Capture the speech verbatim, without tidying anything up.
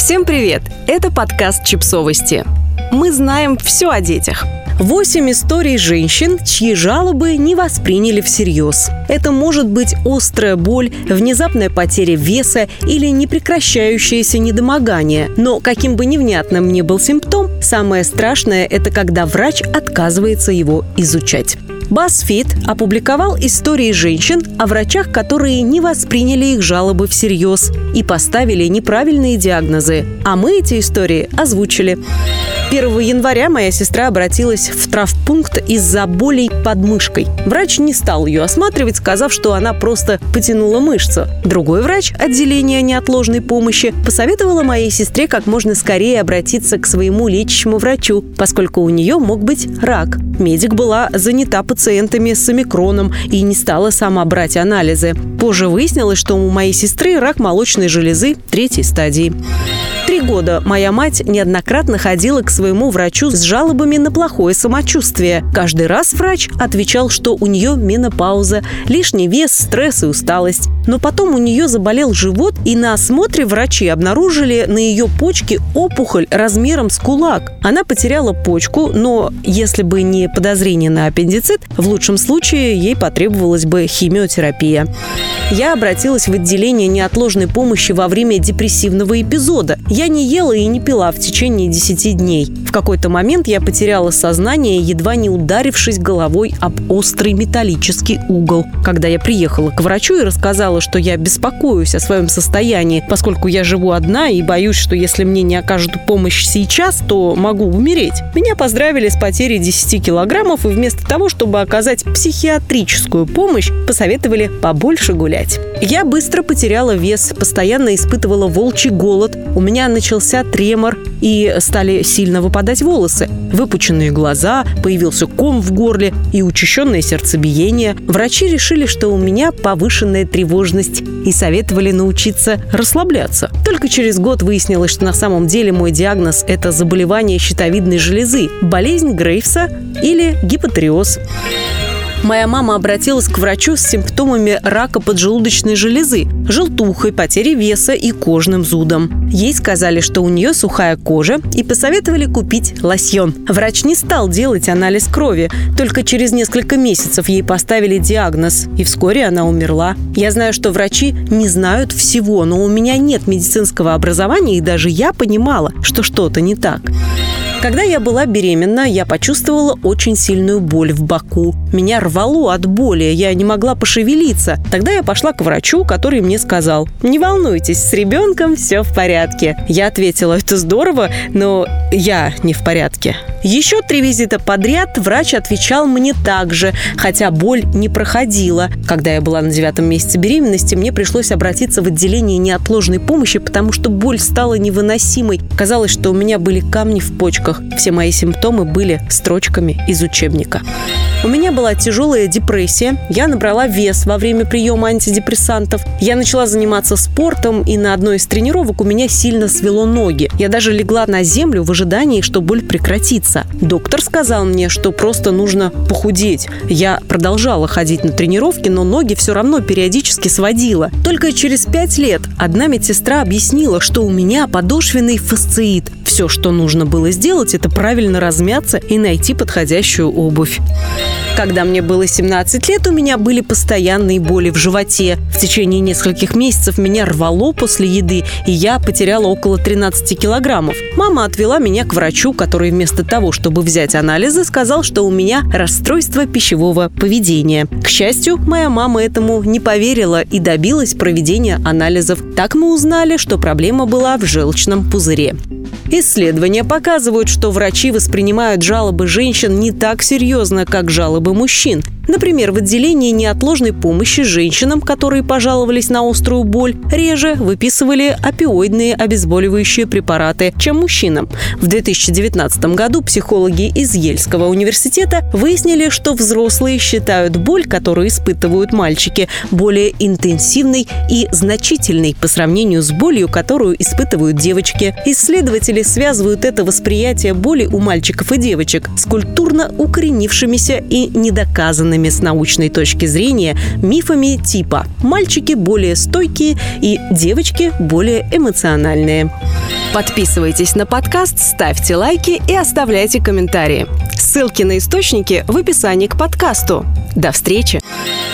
Всем привет! Это подкаст «Чипсовости». Мы знаем все о детях. Восемь историй женщин, чьи жалобы не восприняли всерьез. Это может быть острая боль, внезапная потеря веса или непрекращающееся недомогание. Но каким бы невнятным ни был симптом, самое страшное – это когда врач отказывается его изучать. BuzzFeed опубликовал истории женщин о врачах, которые не восприняли их жалобы всерьез и поставили неправильные диагнозы. А мы эти истории озвучили. первого января моя сестра обратилась в травмпункт из-за болей под мышкой. Врач не стал ее осматривать, сказав, что она просто потянула мышцу. Другой врач отделения неотложной помощи посоветовала моей сестре как можно скорее обратиться к своему лечащему врачу, поскольку у нее мог быть рак. Медик была занята пациентами с омикроном и не стала сама брать анализы. Позже выяснилось, что у моей сестры рак молочной железы третьей стадии. Три года моя мать неоднократно ходила к своему врачу с жалобами на плохое самочувствие. Каждый раз врач отвечал, что у нее менопауза, лишний вес, стресс и усталость. Но потом у нее заболел живот, и на осмотре врачи обнаружили на ее почке опухоль размером с кулак. Она потеряла почку, но если бы не подозрение на аппендицит, в лучшем случае ей потребовалась бы химиотерапия. Я обратилась в отделение неотложной помощи во время депрессивного эпизода. Я не ела и не пила в течение десяти дней. В какой-то момент я потеряла сознание, едва не ударившись головой об острый металлический угол. Когда я приехала к врачу и рассказала, что я беспокоюсь о своем состоянии, поскольку я живу одна и боюсь, что если мне не окажут помощь сейчас, то могу умереть, меня поздравили с потерей десяти килограммов и вместо того, чтобы оказать психиатрическую помощь, посоветовали побольше гулять. Я быстро потеряла вес, постоянно испытывала волчий голод, у меня начался тремор и стали сильно выпадать волосы, выпученные глаза, появился ком в горле и учащенное сердцебиение. Врачи решили, что у меня повышенная тревожность и советовали научиться расслабляться. Только через год выяснилось, что на самом деле мой диагноз – это заболевание щитовидной железы, болезнь Грейвса или гипотиреоз. Моя мама обратилась к врачу с симптомами рака поджелудочной железы, желтухой, потерей веса и кожным зудом. Ей сказали, что у нее сухая кожа, и посоветовали купить лосьон. Врач не стал делать анализ крови. Только через несколько месяцев ей поставили диагноз, и вскоре она умерла. Я знаю, что врачи не знают всего, но у меня нет медицинского образования, и даже я понимала, что что-то не так. Когда я была беременна, я почувствовала очень сильную боль в боку. Меня рвало от боли, я не могла пошевелиться. Тогда я пошла к врачу, который мне сказал: «Не волнуйтесь, с ребенком все в порядке». Я ответила: «Это здорово, но я не в порядке». Еще три визита подряд врач отвечал мне так же, хотя боль не проходила. Когда я была на девятом месяце беременности, мне пришлось обратиться в отделение неотложной помощи, потому что боль стала невыносимой. Казалось, что у меня были камни в почках. Все мои симптомы были строчками из учебника. У меня была тяжелая депрессия. Я набрала вес во время приема антидепрессантов. Я начала заниматься спортом, и на одной из тренировок у меня сильно свело ноги. Я даже легла на землю в ожидании, что боль прекратится. Доктор сказал мне, что просто нужно похудеть. Я продолжала ходить на тренировки, но ноги все равно периодически сводила. Только через пять лет одна медсестра объяснила, что у меня подошвенный фасциит. Все, что нужно было сделать, это правильно размяться и найти подходящую обувь. Когда мне было семнадцать лет, у меня были постоянные боли в животе. В течение нескольких месяцев меня рвало после еды, и я потеряла около тринадцати килограммов. Мама отвела меня к врачу, который вместо того, чтобы взять анализы, сказал, что у меня расстройство пищевого поведения. К счастью, моя мама этому не поверила и добилась проведения анализов. Так мы узнали, что проблема была в желчном пузыре. Исследования показывают, что врачи воспринимают жалобы женщин не так серьезно, как жалобы мужчин. Например, в отделении неотложной помощи женщинам, которые пожаловались на острую боль, реже выписывали опиоидные обезболивающие препараты, чем мужчинам. В две тысячи девятнадцатом году психологи из Ельского университета выяснили, что взрослые считают боль, которую испытывают мальчики, более интенсивной и значительной по сравнению с болью, которую испытывают девочки. Исследователи связывают это восприятие боли у мальчиков и девочек с культурно укоренившимися и недоказанными с научной точки зрения мифами типа «мальчики более стойкие» и «девочки более эмоциональные». Подписывайтесь на подкаст, ставьте лайки и оставляйте комментарии. Ссылки на источники в описании к подкасту. До встречи!